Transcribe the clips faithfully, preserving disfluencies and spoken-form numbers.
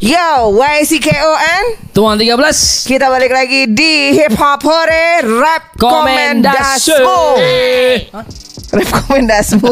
Yo, Y C K O N Tuan tiga belas. Kita balik lagi di Hip Hop Hore Rap Komendasi. Komendasmu. Rap Komendasmu.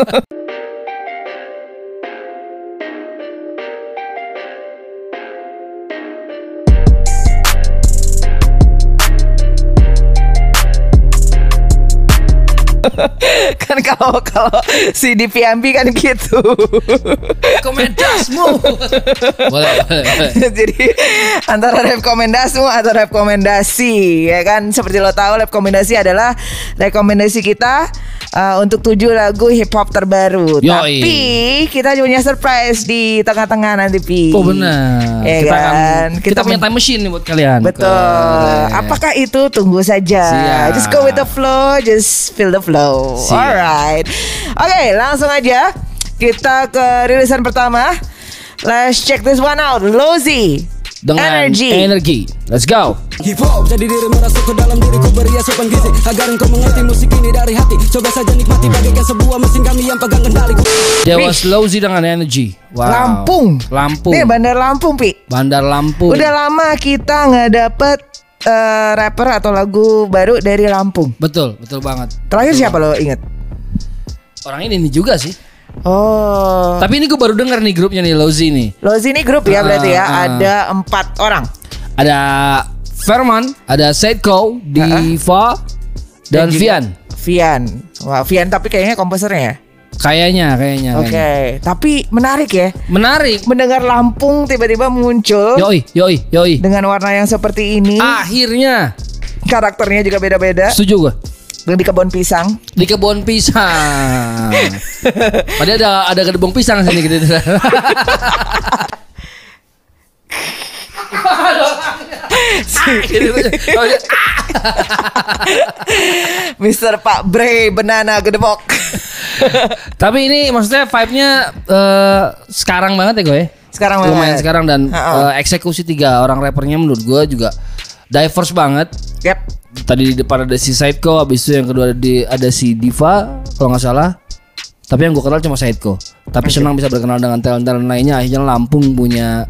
Kan kalau kalau si D P M P kan gitu. Komendasmu. Boleh, boleh, boleh. Jadi antara rekomendasimu atau rekomendasi, ya kan? Seperti lo tahu, rekomendasi adalah rekomendasi kita uh, untuk tujuh lagu hip hop terbaru. Yoi. Tapi kita punya surprise di tengah-tengah nanti, Pi. Oh benar. Ya kita kan? akan, kita, Kita punya men- time machine nih buat kalian. Betul. Keren. Apakah itu? Tunggu saja. Siap. Just go with the flow, just feel the flow. Siap. Alright. Oke, langsung aja kita ke rilisan pertama. Let's check this one out. Lozy Dengan Energy. energi. Let's go. Hip hop jadi diri merasuk ke dalam diriku beri asupan gizi agar engkau mengerti musik ini dari hati. Coba saja nikmati bagaikan sebuah mesin kami yang pegang kendali. There was Lozy dengan energi. Wow. Lampung. Lampung. Nih Bandar Lampung, Pi. Bandar Lampung. Udah lama kita nggak dapet uh, rapper atau lagu baru dari Lampung. Betul, betul banget. Terakhir siapa lo inget? Orang ini nih juga sih. Oh, Tapi ini gue baru denger nih grupnya nih Lozy nih. Lozy ini grup ya Ah, berarti ya. ah. Ada empat orang. Ada Ferman, ada Seiko, Diva, dan juga Vian. Vian. Wah, Vian tapi kayaknya komposernya ya. Kayaknya, kayaknya. Oke, kayaknya. tapi menarik ya. Menarik. Mendengar Lampung tiba-tiba muncul Yoi, yoi, yoi. dengan warna yang seperti ini. Akhirnya. Karakternya juga beda-beda. Setuju gue. Di kebun pisang. Di kebun pisang. Padahal ada ada gedebong pisang sini gitu. Mister Pak Bre Banana Gedebok. Tapi ini maksudnya vibe-nya eh, sekarang banget ya gue. Sekarang Lumayan banget. sekarang dan Ha-ha. eh, eksekusi tiga orang rappernya menurut gue juga diverse banget. Yap. Tadi di depan ada si Seiko, habis itu yang kedua ada, di, ada si Diva kalau nggak salah. Tapi yang gue kenal cuma Seiko. Tapi senang bisa berkenal dengan talent-talent lainnya. Akhirnya Lampung punya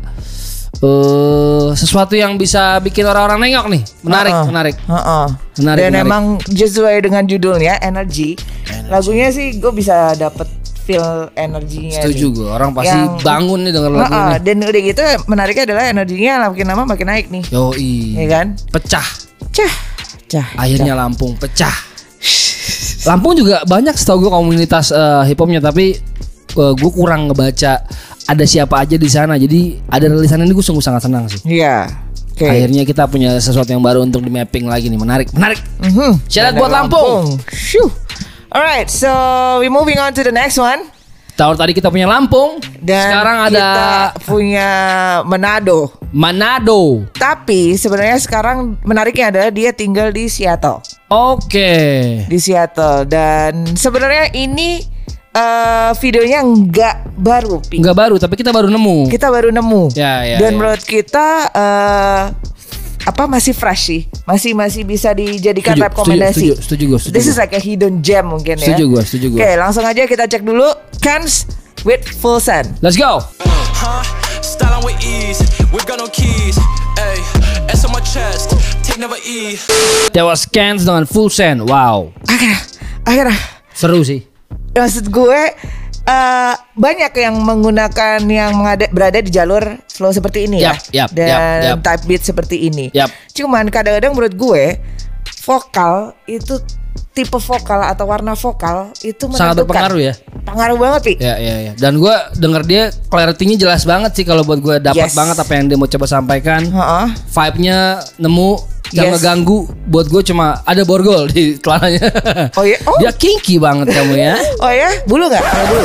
eh sesuatu yang bisa bikin orang-orang nengok nih. Menarik, Ha-ha. menarik. Ha-ha. Menarik, Dan menarik. emang sesuai dengan judulnya Energy. Lagunya sih gue bisa dapet feel energinya. Setuju nih. gue. Orang pasti Yang- bangun nih denger lagu Ha-ha. ini. Dan udah gitu menariknya adalah energinya makin lama makin naik nih. Yoi. Ya kan? Pecah. Cah. Cah. Akhirnya Lampung pecah. Lampung juga banyak setahu gue komunitas eh, hip hopnya, tapi eh, gue kurang ngebaca ada siapa aja di sana. Jadi ada rilisan ini gue sungguh sangat senang sih. Iya. Oke. Akhirnya kita punya sesuatu yang baru untuk di mapping lagi nih. Menarik, menarik. Mhm. Syarat Bandar buat Lampung. Shoo. Alright, so we moving on to the next one. Tahun tadi kita punya Lampung, Dan sekarang ada kita punya Manado. Manado. Tapi sebenarnya sekarang menariknya adalah dia tinggal di Seattle. Oke. Di Seattle. Dan sebenarnya ini eh, videonya nggak baru, Pi. Nggak baru, tapi kita baru nemu. Kita baru nemu. Ya, ya, Dan ya. menurut kita eh, apa masih fresh sih, masih masih bisa dijadikan Setuju, rekomendasi. setuju, setuju, gue, setuju This gue. is like a hidden gem mungkin ya. Setuju gue, setuju gue. Oke, langsung aja kita cek dulu Cans with Full Send. Let's go. Huh? Styling with ease, whip got no keys. Ayy, S on my chest, take never E. That was Cans dengan Full Send. Wow. Akhirnya, akhirnya. Seru sih. Maksud gue eh, banyak yang menggunakan yang mengada, berada di jalur flow seperti ini Yap, ya, yap, dan yap, yap. type beat seperti ini. Yap. Cuman kadang-kadang menurut gue vokal itu tipe vokal atau warna vokal itu Sangat menentukan. berpengaruh ya. Pengaruh banget, Pi. Ya, ya, ya. Dan gue denger dia clarity-nya jelas banget sih kalau buat gue dapat Yes. banget apa yang dia mau coba sampaikan. Heeh. Vibe-nya nemu, yang Yes. ngeganggu buat gue cuma ada borgol di celananya. Oh iya? Oh. Dia kinky banget kamu ya. Oh ya, bulu nggak? Ada bulu.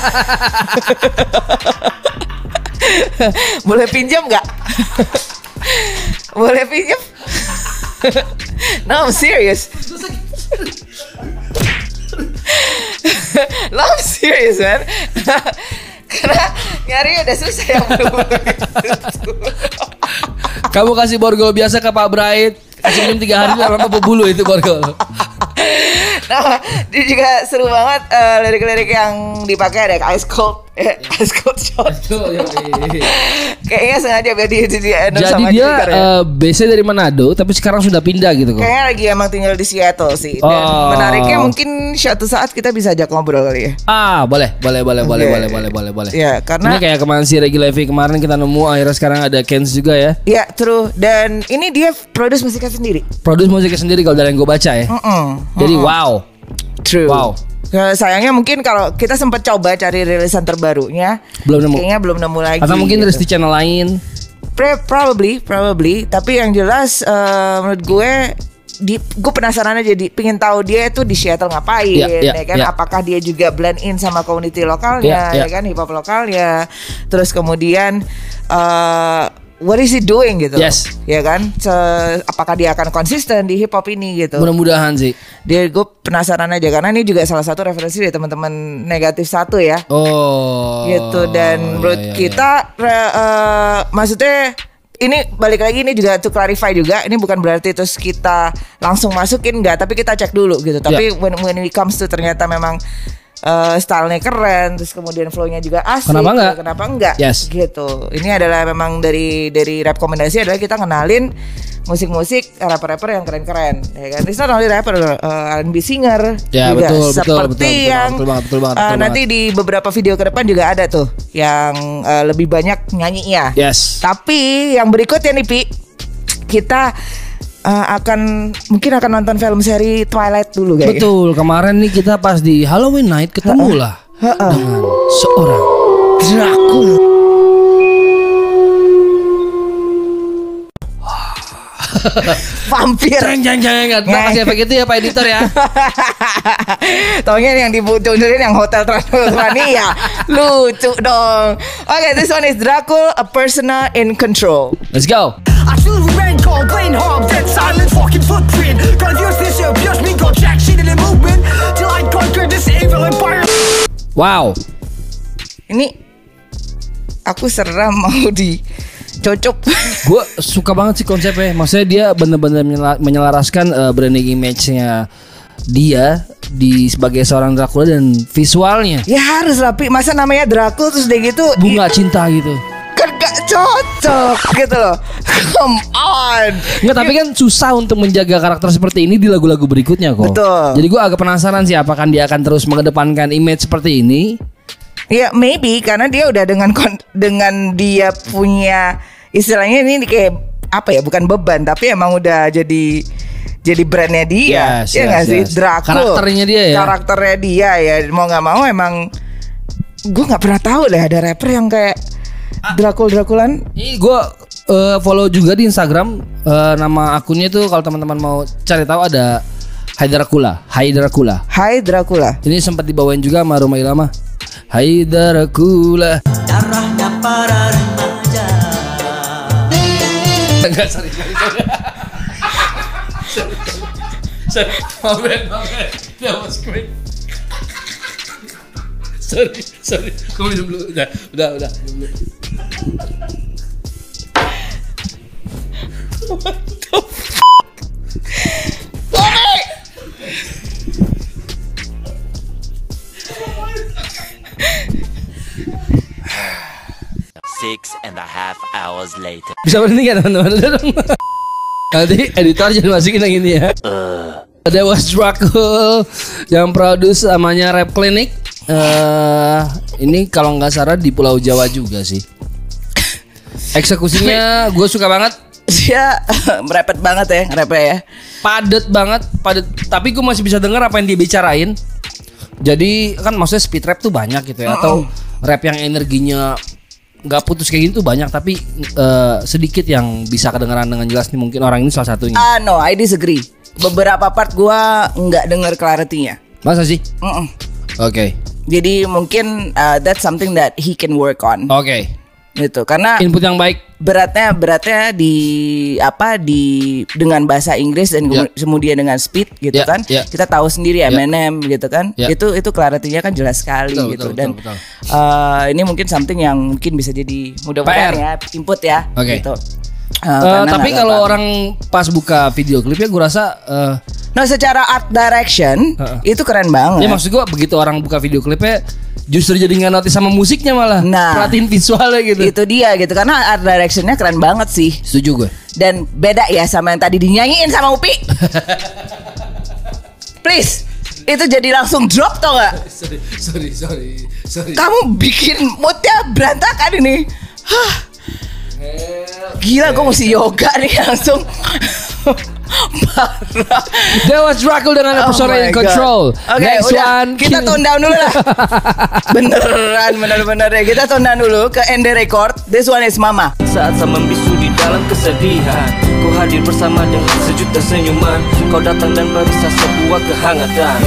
Boleh pinjam nggak? Boleh pinjam? No, I'm serious. No, I'm serious, man. Karena nyari udah susah yang bulu. Kamu kasih borgol biasa ke Pak Bright, kasih minum tiga hari lama bulu itu borgol. Nah, dia juga seru banget eh, lirik-lirik yang dipakai ada Ice Cold Eh, Ascot Shot. Betul, yoi. Kayaknya sengaja biar dia di endorse Jadi sama dia Jagger ya. uh, base dari Manado tapi sekarang sudah pindah gitu kok. Kayaknya lagi emang tinggal di Seattle sih. Dan Oh. menariknya mungkin suatu saat kita bisa ajak ngobrol kali ya. Ah, boleh, boleh, boleh, boleh, Oke. boleh, boleh, boleh, boleh. Ya, karena Ini kayak kemarin si Reggie Levy kemarin kita nemu akhirnya sekarang ada Kens juga ya. ya true. Dan ini dia produce musiknya sendiri. Produce musiknya sendiri kalau dari yang gue baca ya. Mm-mm. Jadi wow. True. Wow. Ya, sayangnya mungkin kalau kita sempat coba cari rilisan terbarunya, Belum nemu. kayaknya belum nemu lagi. Atau mungkin gitu. dari di channel lain. Pre- probably, probably. Tapi yang jelas eh, menurut gue, di, gue penasaran aja, di, pingin tahu dia itu di Seattle ngapain, Iya, iya, ya kan? iya. Apakah dia juga blend in sama community lokalnya, Iya, iya. ya kan, hip hop lokalnya. Terus kemudian, eh, what is he doing gitu? Yes. Ya kan? Se- apakah dia akan konsisten di hip hop ini gitu? Mudah-mudahan sih. Dia gue penasaran aja karena ini juga salah satu referensi dari teman-teman negatif satu ya. Oh. Gitu dan menurut iya, iya, kita re- eh, maksudnya ini balik lagi ini juga to clarify juga, ini bukan berarti terus kita langsung masukin enggak, tapi kita cek dulu gitu. Tapi Ya. when when it comes to ternyata memang eh, stylenya keren, terus kemudian flownya juga asik. Kenapa enggak? ya Kenapa enggak? Yes. Gitu. Ini adalah memang dari dari rekomendasi adalah kita kenalin musik-musik rapper-rapper yang keren-keren, ya kan? It's not only rapper, uh, R and B singer Ya, juga betul, betul, seperti betul, betul, yang betul banget, betul banget, uh, betul nanti di beberapa video ke depan juga ada tuh yang uh, lebih banyak nyanyinya. Yes. Tapi yang berikutnya nih Pi, kita uh, akan mungkin akan nonton film seri Twilight dulu kayaknya. Betul, kemarin nih kita pas di Halloween night ketemu lah dengan seorang Dracula. Vampir. Jeng jeng jeng. Nggak kasih efek itu ya Pak Editor ya. Taunya yang dibutuhin yang Hotel Transylvania. Lucu dong. Oke, okay, this one is Dracula, a persona in control. Let's go. I still remain cold, playing hard, dead silent, fucking footprint. Confuse this, abuse me, got jack shit in the movement till I conquer this evil empire. Wow. Ini aku seram mau dicocok. Gue suka banget sih konsepnya. Maksudnya dia bener-bener menyela- menyelaraskan uh, branding image-nya dia di sebagai seorang Dracula dan visualnya. Ya harus lah Pi, masa namanya Dracula terus dia gitu Bunga cinta gitu. kan gak cocok gitu loh. Come on. Enggak, tapi kan susah untuk menjaga karakter seperti ini di lagu-lagu berikutnya kok. Betul. Jadi gue agak penasaran sih apakah dia akan terus mengedepankan image seperti ini. Ya maybe karena dia udah dengan kon- dengan dia punya istilahnya ini kayak apa ya, bukan beban tapi emang udah jadi jadi brandnya dia. Yes, ya nggak yes, sih yes. Dracula. Karakternya dia ya. Karakternya dia ya mau nggak mau emang gue nggak pernah tahu deh ada rapper yang kayak Dracula Draculan. Ini gue uh, follow juga di Instagram. Uh, nama akunnya tuh kalau teman-teman mau cari tahu ada Hai Dracula. Hai Dracula. Hai Dracula. Ini sempat dibawain juga sama Roma Irama. Hai Dracula. Darahnya para remaja. Enggak, sorry, sorry, sorry. Sorry, my bad, my bad. That was great. Sorry, sorry. Gue minum dulu. Udah, udah, udah. Minum dulu. Six and a half hours later. Bisa berhenti kan teman-teman? Udah dong. Nanti editor jangan masukin yang ini ya. Ada was Dracula yang produce namanya Rap Clinic. Eh, ini kalau nggak salah di Pulau Jawa juga sih. Eksekusinya gue suka banget. Dia merepet banget ya nge-rapnya ya. Padet banget, padet. Tapi gue masih bisa dengar apa yang dia bicarain. Jadi kan maksudnya speed rap tuh banyak gitu ya, atau rap yang energinya nggak putus kayak gini tuh banyak, tapi uh, sedikit yang bisa kedengaran dengan jelas nih, mungkin orang ini salah satunya. Ah no, I disagree. Beberapa part gua nggak dengar clarity-nya. Masa sih? Mm-mm. Oke. Jadi mungkin uh, that's something that he can work on. Oke. Gitu. Karena Input yang baik. beratnya beratnya di apa di dengan bahasa Inggris dan Ya. kemudian dengan speed gitu Ya, kan. ya. Kita tahu sendiri Ya. Eminem gitu kan. Ya. Itu itu clarity-nya kan jelas sekali Betul, gitu betul, dan betul, betul. uh, ini mungkin something yang mungkin bisa jadi mudah-mudahan P R. ya input ya Oke. gitu. Uh, Uh, tapi kalau orang pas buka video klipnya gue rasa uh, nah secara art direction uh, itu keren banget. Ya maksud gue begitu orang buka video klipnya justru jadi nggak notice sama musiknya malah. Nah, perhatiin visualnya gitu. Itu dia gitu karena art directionnya keren banget sih. Setuju gue. Dan beda ya sama yang tadi dinyanyiin sama Upi. Please, itu jadi langsung drop tau gak? sorry, sorry, sorry, sorry. Kamu bikin moodnya berantakan ini. Hah. Gila, gue mesti yoga nih langsung. Parah. That was Dracul dengan episode Oh In my Control. God. Oke, Next udah. one, Kita tone down dulu lah. Beneran, bener-bener ya. Kita tone down dulu ke N D Record. This one is Mama. Saat saya membisu di dalam kesedihan, kau hadir bersama dengan sejuta senyuman. Kau datang dan berisa sebuah kehangatan.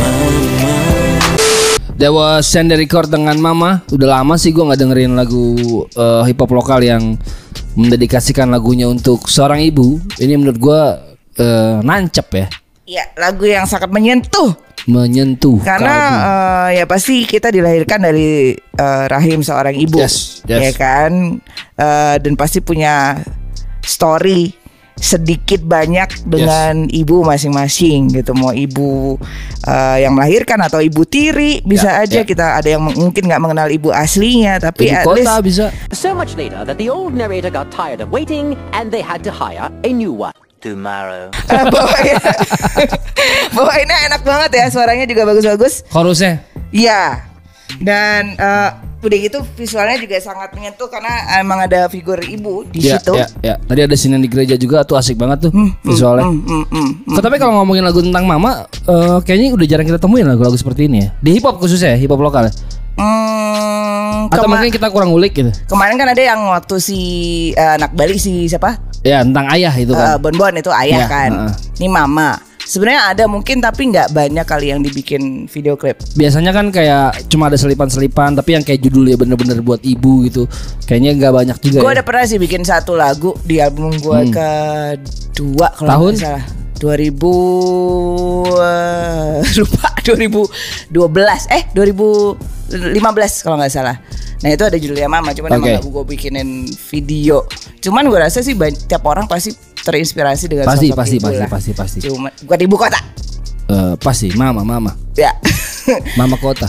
That was N D Record dengan Mama. Udah lama sih gue nggak dengerin lagu uh, hip hop lokal yang mendedikasikan lagunya untuk seorang ibu. Ini menurut gue uh, nancep ya. Ya, lagu yang sangat menyentuh. Menyentuh. Karena uh, ya pasti kita dilahirkan dari uh, rahim seorang ibu, Yes, yes. ya kan, uh, dan pasti punya story sedikit banyak dengan yes. ibu masing-masing gitu. Mau ibu uh, yang melahirkan atau ibu tiri bisa Ya, aja ya. kita ada yang m- mungkin nggak mengenal ibu aslinya, tapi Ibu at kota least bisa. So much later that the old narrator got tired of waiting and they had to hire a new one. Tomorrow. uh, bawainnya, bawainnya enak banget ya, suaranya juga bagus-bagus. Chorusnya. Iya. Dan uh, udah gitu visualnya juga sangat menyentuh karena emang ada figur ibu di Ya, situ. ya, ya. Tadi ada scene yang di gereja juga tuh asik banget tuh Hmm, visualnya. hmm, hmm, hmm, hmm. Kok, tapi kalau ngomongin lagu tentang Mama, uh, kayaknya udah jarang kita temuin lagu-lagu seperti ini ya. Di hip hop khususnya, hip hop lokal. Ya? Hmm, Atau kema- mungkin kita kurang ngulik gitu. kemarin kan ada yang waktu si uh, anak Bali si siapa? Ya tentang ayah itu Uh, kan. Bonbon itu Ya, ayah kan. uh-uh. Ini mama. Sebenarnya ada mungkin tapi nggak banyak kali yang dibikin video klip. Biasanya kan kayak cuma ada selipan-selipan, tapi yang kayak judulnya bener-bener buat ibu gitu. Kayaknya nggak banyak juga. Gue ya. ada pernah sih bikin satu lagu di album gue Hmm. kedua kalau Tahun? nggak salah. dua ribu uh, lupa dua ribu dua belas eh dua ribu lima belas kalau nggak salah. Nah itu ada judulnya Mama, cuman Oke. emang gak gue bikinin video. Cuman gue rasa sih banyak, tiap orang pasti terinspirasi dengan Pasti, sosok pasti, ibu pasti, lah. pasti, pasti. Cuma bukan ibu kota. Eh, pasti Mama, Mama, Ya. Mama kota.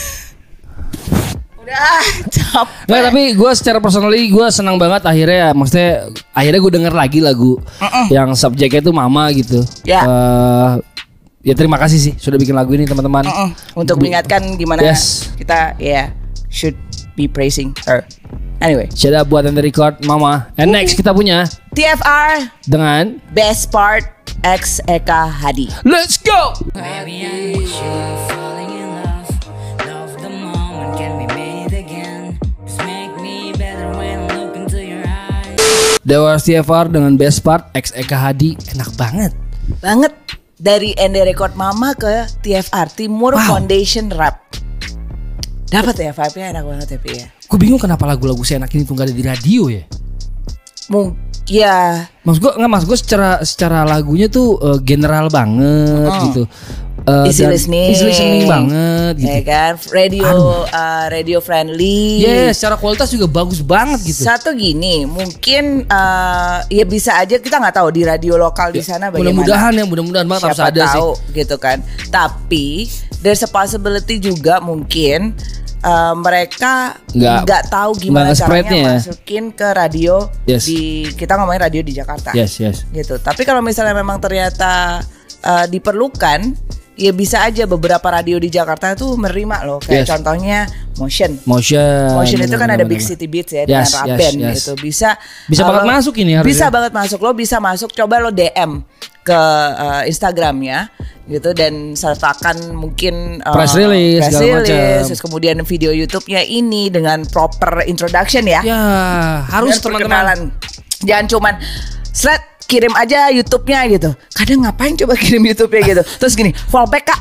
Udah capek. Nggak, tapi gue secara personally gue senang banget akhirnya, maksudnya akhirnya gue denger lagi lagu yang subjeknya itu Mama gitu. Ya. Eh, ya terima kasih sih sudah bikin lagu ini teman-teman. Mm-mm. Untuk mengingatkan gimana Yes. kita ya should be praising her. Anyway, Shout out buat yang record Mama. And next kita punya T F R dengan Best Part X Eka Hadi. Let's go. Baby, I need you. I'm falling in love. Love the moment. Can we meet again? Just make me better when I look into your eyes. Dewa T F R dengan Best Part X Eka Hadi. Enak banget. Banget. Dari N D Record Mama ke T F R Timur Wow. Foundation Rap. Dapat ya vibe-nya enak banget ya Pi ya. Gue bingung kenapa lagu-lagu seenak ini tuh gak ada di radio ya. Mungkin ya. Maksud gue nggak, maksud gue secara secara lagunya tuh uh, general banget Oh. gitu. Uh, Easy dan listening. Easy listening banget gitu. Ya kan, radio uh, radio friendly. Ya, secara kualitas juga bagus banget gitu. Satu gini, mungkin uh, ya bisa aja kita nggak tahu di radio lokal di sana bagaimana. Mudah-mudahan ya, mudah-mudahan banget harus Siapa ada sih. tahu gitu kan. Tapi there's a possibility juga mungkin uh, mereka Nggak- nggak tahu gimana nggak caranya spreadnya ya. masukin ke radio Yes. di kita ngomongin radio di Jakarta. Yes, yes. Gitu. Tapi kalau misalnya memang ternyata uh, diperlukan, ya bisa aja beberapa radio di Jakarta tuh menerima loh. Kayak Yes. contohnya Motion. Motion. Motion itu kan ada Big bener-bener. City Beats ya Yes, dengan rap yes, band yes. gitu. Bisa Bisa uh, banget lo- masuk ini harusnya. Bisa banget masuk. Lo bisa masuk, coba lo D M ke uh, Instagramnya gitu dan sertakan mungkin uh, Press release, press segala release, macam. terus kemudian video YouTube-nya ini dengan proper introduction ya. Ya, harus Dan teman-teman. perkenalan. Jangan cuman slide kirim aja YouTube-nya gitu. Kadang ngapain coba kirim YouTube-nya gitu. Terus gini, fallback Kak.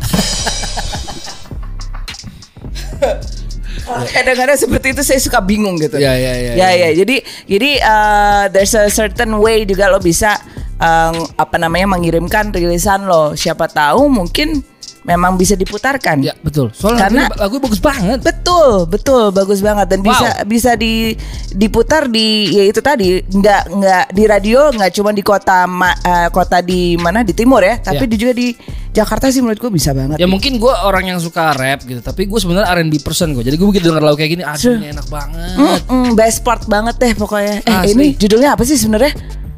Kadang-kadang seperti itu saya suka bingung gitu. Ya, ya, ya, Ya, ya. ya. Jadi, jadi uh, there's a certain way juga lo bisa um, apa namanya mengirimkan rilisan lo. Siapa tahu mungkin memang bisa diputarkan. Ya betul. Soalnya karena lagu bagus banget. Betul, betul, bagus banget dan wow. bisa bisa di diputar di ya itu tadi nggak nggak di radio, nggak cuma di kota ma, uh, kota di mana di timur ya, tapi ya. juga di Jakarta sih menurut gue bisa banget. Ya mungkin gue orang yang suka rap gitu, tapi gue sebenarnya R and B person gue. Jadi gue begitu denger lagu kayak gini, aduh ini enak banget. Mm -mm, best part banget deh pokoknya. Eh Asli. ini judulnya apa sih sebenarnya?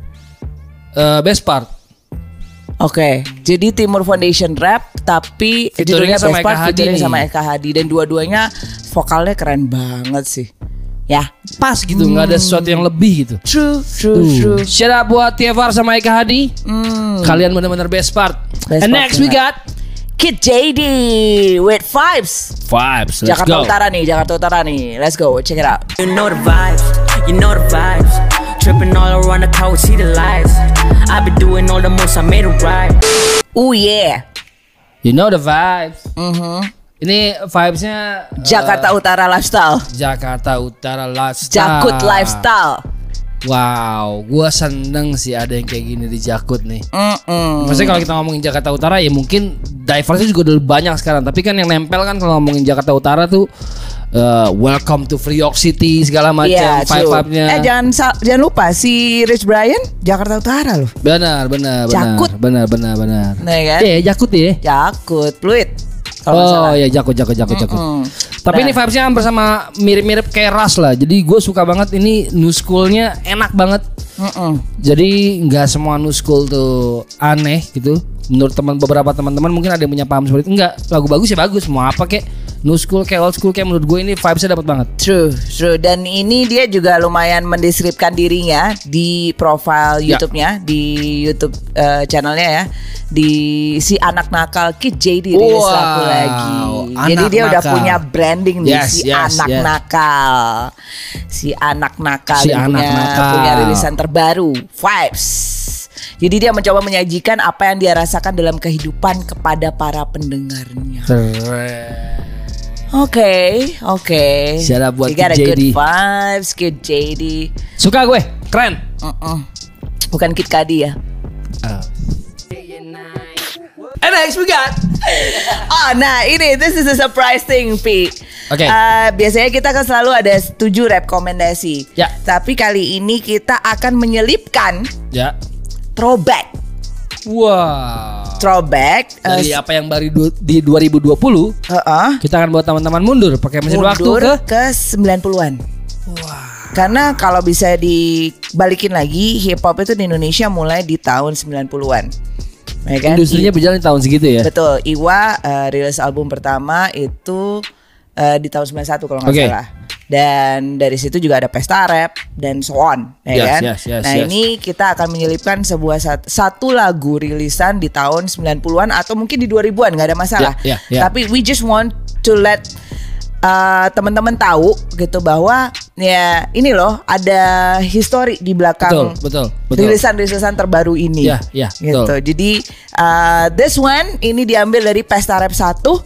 Uh, best part. Oke, okay. jadi Timur Foundation Rap tapi judulnya Best Part featuring sama Eka Hadi dan dua-duanya vokalnya keren banget sih. Ya, pas gitu, nggak hmm. ada sesuatu yang lebih gitu. True, true, uh. true. Shout out buat T F R sama Eka Hadi. Hmm. Kalian benar-benar best part. Best And part next we got Kid J D with Vibes. Vibes, let's Jakarta go. Utara nih, Jakarta Utara nih. Let's go, check it out. You know the vibes, you know the vibes. Tripping all around the coast, see the lights. I've been doing all the most, I made it right. Oh yeah. You know the vibes. Mm-hmm. Ini vibesnya Jakarta uh, Utara Lifestyle. Jakarta Utara Lifestyle. Jakut Lifestyle. Wow, gue seneng sih ada yang kayak gini di Jakut nih. Mm-mm. Maksudnya kalau kita ngomongin Jakarta Utara ya mungkin diversnya juga udah banyak sekarang. Tapi kan yang nempel kan kalau ngomongin Jakarta Utara tuh uh, Welcome to Free York City segala macam yeah, vibe-nya. Eh jangan jangan lupa si Rich Brian Jakarta Utara loh. Benar, benar, benar. Jakut. Benar, benar, benar. Nah, kan? Eh, Jakut ya. Jakut, Pluit. Oh ya Jakut, Jakut, Jakut, Jakut. Mm-mm. Tapi nah. ini vibesnya hampir sama mirip-mirip kayak Ras lah. Jadi gue suka banget ini new schoolnya enak banget. Mm-mm. Jadi nggak semua new school tuh aneh gitu. Menurut teman beberapa teman-teman mungkin ada yang punya paham seperti itu. Enggak, lagu bagus ya bagus. Mau apa kek new school kayak old school kayak menurut gue ini vibesnya dapat banget. True, true. Dan ini dia juga lumayan mendeskripsikan dirinya di profile Ya. YouTube-nya, di YouTube uh, channelnya ya. Di si anak nakal Kid J D rilis Wow, lagu lagi. Jadi anak dia udah nakal. punya branding nih Yes, si yes, anak yes. nakal. Si anak nakal Si dan anak punya nakal. punya rilisan terbaru, Vibes. Jadi dia mencoba menyajikan apa yang dia rasakan dalam kehidupan kepada para pendengarnya. Keren. Oke, oke. Siapa buat You got a Kid J D? good vibes, Kid J D. Suka gue, keren. Uh-uh. Bukan Kid Cudi ya. Uh. And next we got. Oh, nah ini this is a surprise thing, Pi. Oke. Okay. Uh, biasanya kita kan selalu ada tujuh rekomendasi. Ya. Tapi kali ini kita akan menyelipkan Ya. throwback. Wow. Throwback. uh, Dari apa yang baru du- di dua ribu dua puluh, uh-uh. kita akan buat teman-teman mundur pakai mesin waktu mundur ke ke sembilan puluhan. Wah. Karena kalau bisa dibalikin lagi, hip hop itu di Indonesia mulai di tahun sembilan puluhan. Ya kan? Industrinya berjalan di tahun segitu ya. Betul. Iwa uh, rilis album pertama itu uh, di tahun sembilan puluh satu kalau nggak Okay. salah. Dan dari situ juga ada pesta rap dan so on, ya Yes, kan? yes, yes, nah yes. ini kita akan menyelipkan sebuah sat- satu lagu rilisan di tahun sembilan puluhan atau mungkin di dua ribuan, nggak ada masalah. Yeah, yeah, yeah. Tapi we just want to let uh, teman-teman tahu gitu bahwa ya ini loh ada histori di belakang Betul, betul, betul. rilisan-rilisan terbaru ini. Ya, ya, gitu. betul. Jadi uh, this one ini diambil dari Pesta Rap satu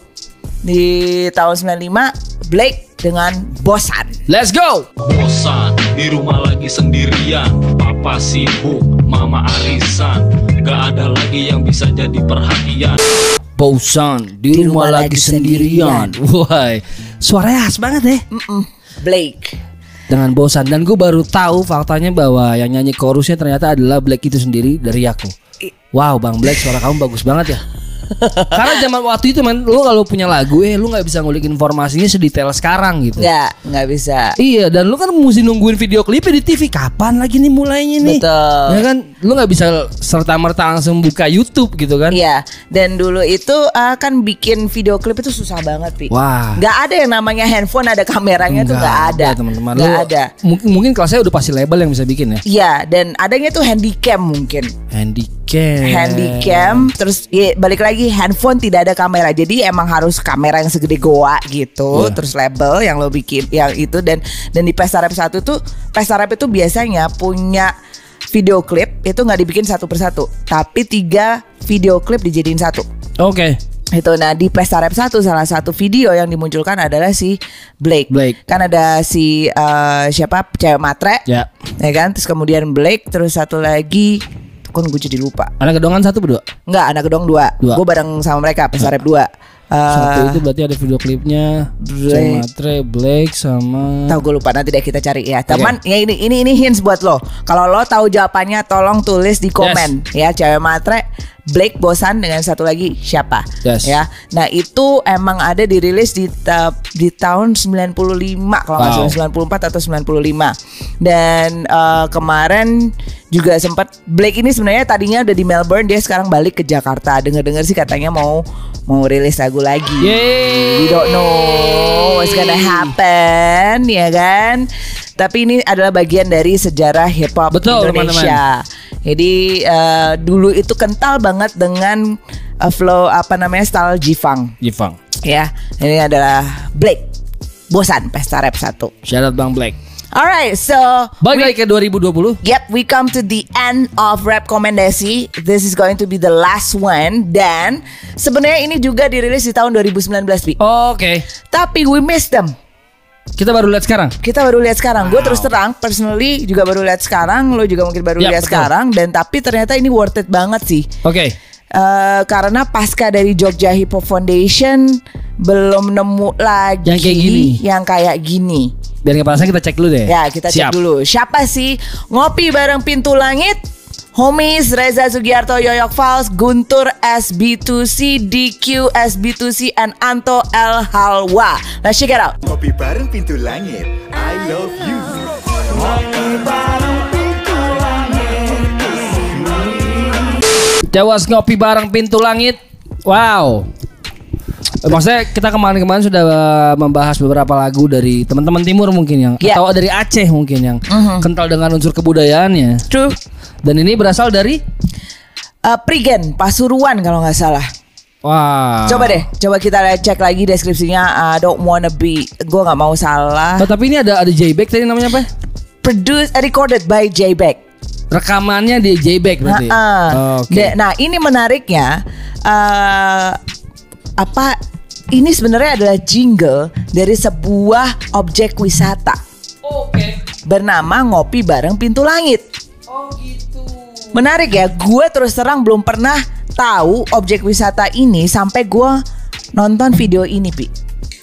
di tahun sembilan puluh lima, Blake dengan Bosan. Let's go. Bosan, di rumah lagi sendirian. Papa sibuk, mama arisan. Gak ada lagi yang bisa jadi perhatian. Bosan, di, Di rumah, rumah lagi lagi sendirian. Wah, suaranya khas banget ya. Mm-mm. Blake. Dengan Bosan. Dan gue baru tahu faktanya bahwa yang nyanyi chorusnya ternyata adalah Blake itu sendiri dari aku. Wow, Bang Blake, suara kamu bagus banget ya. Karena zaman waktu itu man, lu kalau punya lagu eh lu nggak bisa ngulik informasinya sedetail sekarang gitu. Nggak, nggak bisa. Iya, dan lu kan mesti nungguin video klipnya di T V. Kapan lagi nih mulainya nih? Betul. Ya kan, lu nggak bisa serta merta langsung buka YouTube gitu kan? Iya. Dan dulu itu uh, kan bikin video klip itu susah banget, Pi. Wah. Nggak ada yang namanya handphone ada kameranya tuh nggak ada. teman-teman. Nggak Lu- ada. Mungkin mungkin kelasnya udah pasti label yang bisa bikin ya. Iya. Dan adanya tuh handycam mungkin. Handycam. Handycam, terus ya, balik lagi handphone tidak ada kamera, jadi emang harus kamera yang segede goa gitu, Yeah. terus label yang lo bikin yang itu dan dan di Pesta Rap satu tuh Pesta Rap itu biasanya punya video klip itu nggak dibikin satu persatu, tapi tiga video klip dijadiin satu. Oke. Itu nah di Pesta Rap satu salah satu video yang dimunculkan adalah si Blake. Blake. Kan ada si uh, siapa cewek matre, Ya. ya kan? Terus kemudian Blake, terus satu lagi Kon gue jadi lupa. Anak Gedongan satu berdua? Enggak, Anak Gedong dua, dua. Gue bareng sama mereka Pesta Rap dua. Uh, Satu itu berarti ada video klipnya Jay Matre, Blake sama. Tahu gue lupa, nanti deh kita cari ya. Teman, okay. ya ini ini ini hints buat lo. Kalau lo tahu jawabannya tolong tulis di komen yes. ya. Cewek Matre, Blake Bosan dengan satu lagi siapa? Yes. Ya. Nah, itu emang ada dirilis di ta- di tahun sembilan puluh lima kalau nggak wow. salah, sembilan puluh empat atau sembilan puluh lima. Dan uh, kemarin juga sempat Blake ini sebenarnya tadinya udah di Melbourne, dia sekarang balik ke Jakarta. Dengar-dengar sih katanya mau mau rilis lagu lagi. Yeay. We don't know what's gonna happen, ya kan? Tapi ini adalah bagian dari sejarah hip hop Indonesia. Teman-teman. Jadi uh, dulu itu kental banget dengan uh, flow apa namanya style G-Funk. G-Funk. Ya, ini adalah Blake Bosan Pesta Rap satu. Shout out Bang Blake. Alright, so balik lagi ke dua ribu dua puluh. Yep, we come to the end of rap komendasi. This is going to be the last one. Dan sebenarnya ini juga dirilis di tahun dua ribu sembilan belas, Bi. Oh, oke. Okay. Tapi we missed them. Kita baru lihat sekarang. Kita baru lihat sekarang. Wow. Gue terus terang, personally juga baru lihat sekarang. Lo juga mungkin baru yep, lihat betul. sekarang. Dan tapi ternyata ini worth it banget sih. Oke. Okay. Uh, karena pasca dari Jogja Hip Hop Foundation belum nemu lagi yang kayak gini. Yang kayak gini. Biar nggak penasaran kita cek dulu deh. Ya kita Siap. cek dulu. Siapa sih Ngopi Bareng Pintu Langit? Homies Reza Sugiarto, Yoyok Fals, Guntur S B two C, D Q S B two C, and Anto El Halwa. Let's check it out. Ngopi Bareng Pintu Langit, I love you. Ngopi Bareng Pintu Langit. Jawas Ngopi Bareng Pintu Langit. Wow. Maksudnya kita kemarin-kemarin sudah membahas beberapa lagu dari teman-teman timur mungkin yang yeah. atau dari Aceh mungkin yang uh-huh. kental dengan unsur kebudayaannya. True. Dan ini berasal dari uh, Prigen Pasuruan kalau nggak salah. Wah. Coba deh, coba kita cek lagi deskripsinya. I don't wanna be, gue nggak mau salah. Oh, tapi ini ada ada J-Bag tadi namanya apa? Produced, uh, recorded by J-Bag. Rekamannya di J-Bag berarti. Nah, uh, oh, okay. Nah ini menariknya. Uh, apa ini sebenarnya adalah jingle dari sebuah objek wisata. Oke. Okay. Bernama Ngopi Bareng Pintu Langit. Oh gitu. Menarik ya. Gue terus terang belum pernah tahu objek wisata ini sampai gue nonton video ini, Pi.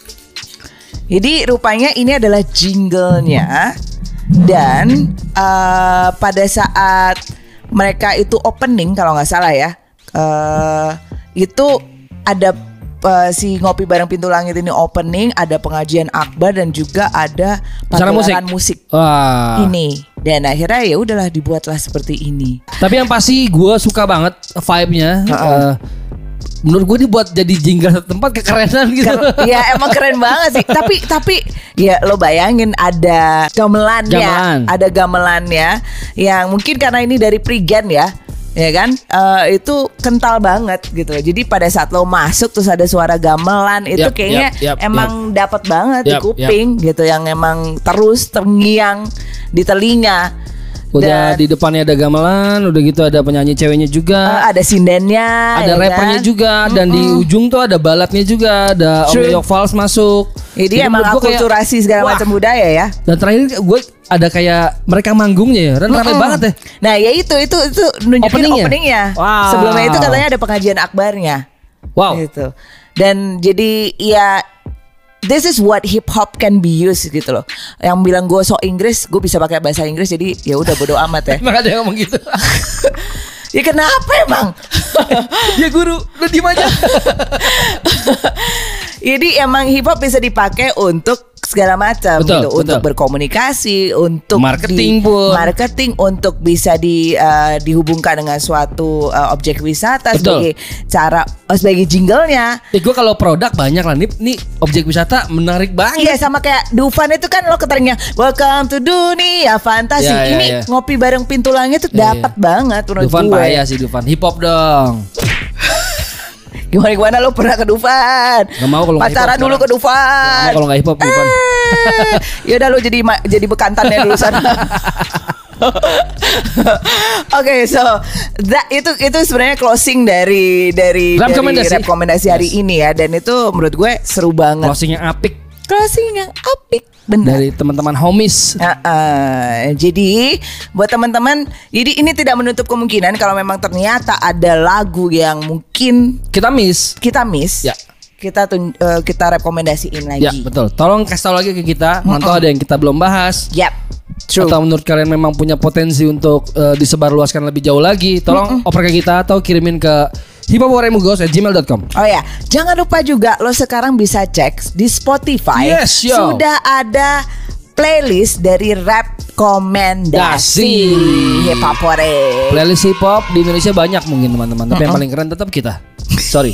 Jadi rupanya ini adalah jinglenya. Dan uh, pada saat mereka itu opening kalau nggak salah ya, uh, itu ada Uh, si Ngopi Bareng Pintu Langit ini opening, ada pengajian akbar dan juga ada pagelaran musik, musik. Wah. Ini. Dan akhirnya ya udahlah dibuatlah seperti ini. Tapi yang pasti gue suka banget vibe-nya. Uh-uh. Uh, menurut gue ini buat jadi jingle satu tempat kekerenan gitu. Iya emang keren banget sih. Tapi tapi ya lo bayangin ada gamelannya, Gamelan. ada gamelannya yang mungkin karena ini dari Prigen ya. Ya kan, uh, itu kental banget gitu. Jadi pada saat lo masuk terus ada suara gamelan itu yep, kayaknya yep, yep, emang yep. dapat banget yep, di kuping yep. gitu, yang emang terus terngiang di telinga. Udah dan, di depannya ada gamelan, udah gitu ada penyanyi ceweknya juga, uh, ada sindennya, ada ya rappernya kan? juga, dan mm-hmm. di ujung tuh ada balatnya juga, ada Om Yoyok Fals masuk. Jadi, Jadi emang akulturasi segala macam budaya ya. Dan terakhir gue ada kayak mereka manggungnya ya, dan ramai banget ya. Nah ya itu itu itu nunjukin openingnya. openingnya. Wow. Sebelumnya itu katanya ada pengajian akbarnya. Wow. Gitu. Dan jadi ya this is what hip hop can be used gitu loh. Yang bilang gue sok Inggris, gue bisa pakai bahasa Inggris, jadi ya udah bodo amat ya. Emang ada yang ngomong gitu. Ya kenapa emang? Ya guru, lu diem aja. Jadi emang hip hop bisa dipakai untuk segala macam gitu, betul. Untuk berkomunikasi, untuk marketing di, pun, marketing untuk bisa di uh, dihubungkan dengan suatu uh, objek wisata, betul. Sebagai cara uh, sebagai jinglenya. Eh, gue kalau produk banyak lah nih, nih objek wisata menarik banget. Iya sama kayak Dufan itu kan lo keteringnya Welcome to Dunia Fantasi. Ya, ya, ini ya. Ngopi Bareng Pintu Langit tuh ya, dapat ya. banget menurut Dufan gue. payah sih Dufan, hip hop dong. Gimana gimana lo pernah ke Dufan? Gak mau kalau pacaran dulu ke Dufan. Gak mau kalau nggak hip hop Dufan. Ya udah lo jadi jadi bekantannya dulu sana. Oke, okay, so that, itu itu sebenarnya closing dari dari rekomendasi dari rekomendasi hari yes. ini ya, dan itu menurut gue seru banget. Closingnya apik. Closing yang apik. Benar. Dari teman-teman homies. Uh, uh, jadi buat teman-teman, jadi ini tidak menutup kemungkinan kalau memang ternyata ada lagu yang mungkin kita miss, kita miss, ya. kita tun- uh, kita rekomendasiin lagi. Ya betul. Tolong kasih tahu lagi ke kita. Mantau ada yang kita belum bahas. Yap. True. Atau menurut kalian memang punya potensi untuk uh, disebarluaskan lebih jauh lagi, tolong Mm-mm. oper ke kita atau kirimin ke hiphopwaremugos at gmail dot com. Oh ya, jangan lupa juga lo sekarang bisa cek di Spotify. Yes, yo. Sudah ada playlist dari rekomendasi Dasi. Hip Hop Hore. Playlist hip hop di Indonesia banyak mungkin teman-teman, tapi yang paling keren tetap kita. Sorry.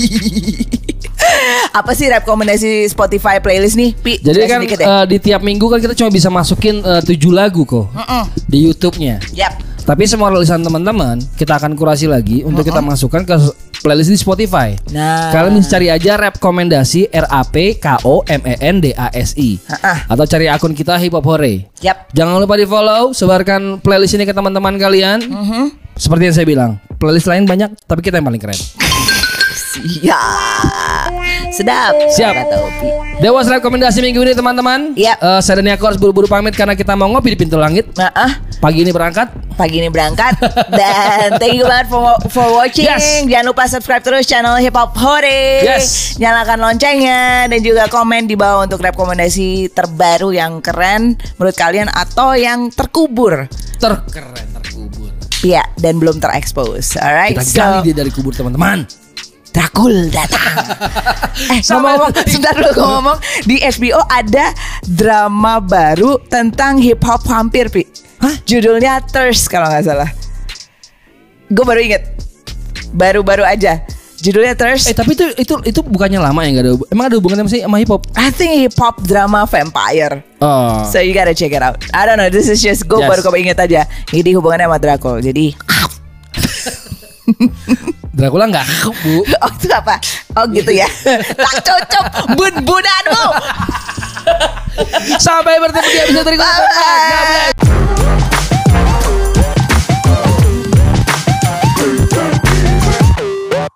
Apa sih rekomendasi Spotify playlist nih, Pi? Jadi Jelasin kan dikit deh. uh, di tiap minggu kan kita cuma bisa masukin uh, tujuh lagu kok Mm-mm. di YouTube-nya. Yap. Tapi semua rilisan teman-teman kita akan kurasi lagi untuk kita masukkan ke playlist di Spotify. Nah. Kalian bisa cari aja rekomendasi R A P K O M E N D A S I Ha-ah. atau cari akun kita Hip Hop Hore. Yap. Jangan lupa di follow, sebarkan playlist ini ke teman-teman kalian. Mhm. Seperti yang saya bilang, playlist lain banyak, tapi kita yang paling keren. Ya. Sedap. Siap. Kata Opi. Dewas rekomendasi minggu ini teman-teman. Yap. Uh, saya dan Yako harus buru-buru pamit karena kita mau ngopi di pintu langit. Nah, Pagi ini berangkat. pagi ini berangkat dan thank you banget for for watching. Yes. Jangan lupa subscribe terus channel Hip Hop Hore. Yes. Nyalakan loncengnya dan juga komen di bawah untuk rekomendasi terbaru yang keren menurut kalian atau yang terkubur. Terkeren, terkubur. Iya, dan belum terekspos. Alright. Kita gali dia dari kubur teman-teman. Drakul datang. eh ngomong-ngomong, sebentar dulu gue ngomong. Di H B O ada drama baru tentang hip hop vampir, Pi. Hah? Judulnya Thirst kalau nggak salah. Gue baru inget. Baru-baru aja. Judulnya Thirst. Eh tapi itu itu itu bukannya lama ya, nggak ada. Emang ada hubungannya sih sama hip hop? I think hip hop drama vampire. Oh. So you gotta check it out. I don't know. This is just gue Yes. baru kau inget aja. Ini hubungannya sama Drakul. Jadi. Dracula nggak bu. Oh itu apa? Oh gitu ya. Tak cocok bun-bunanmu. Sampai bertemu di episode berikutnya. Bye.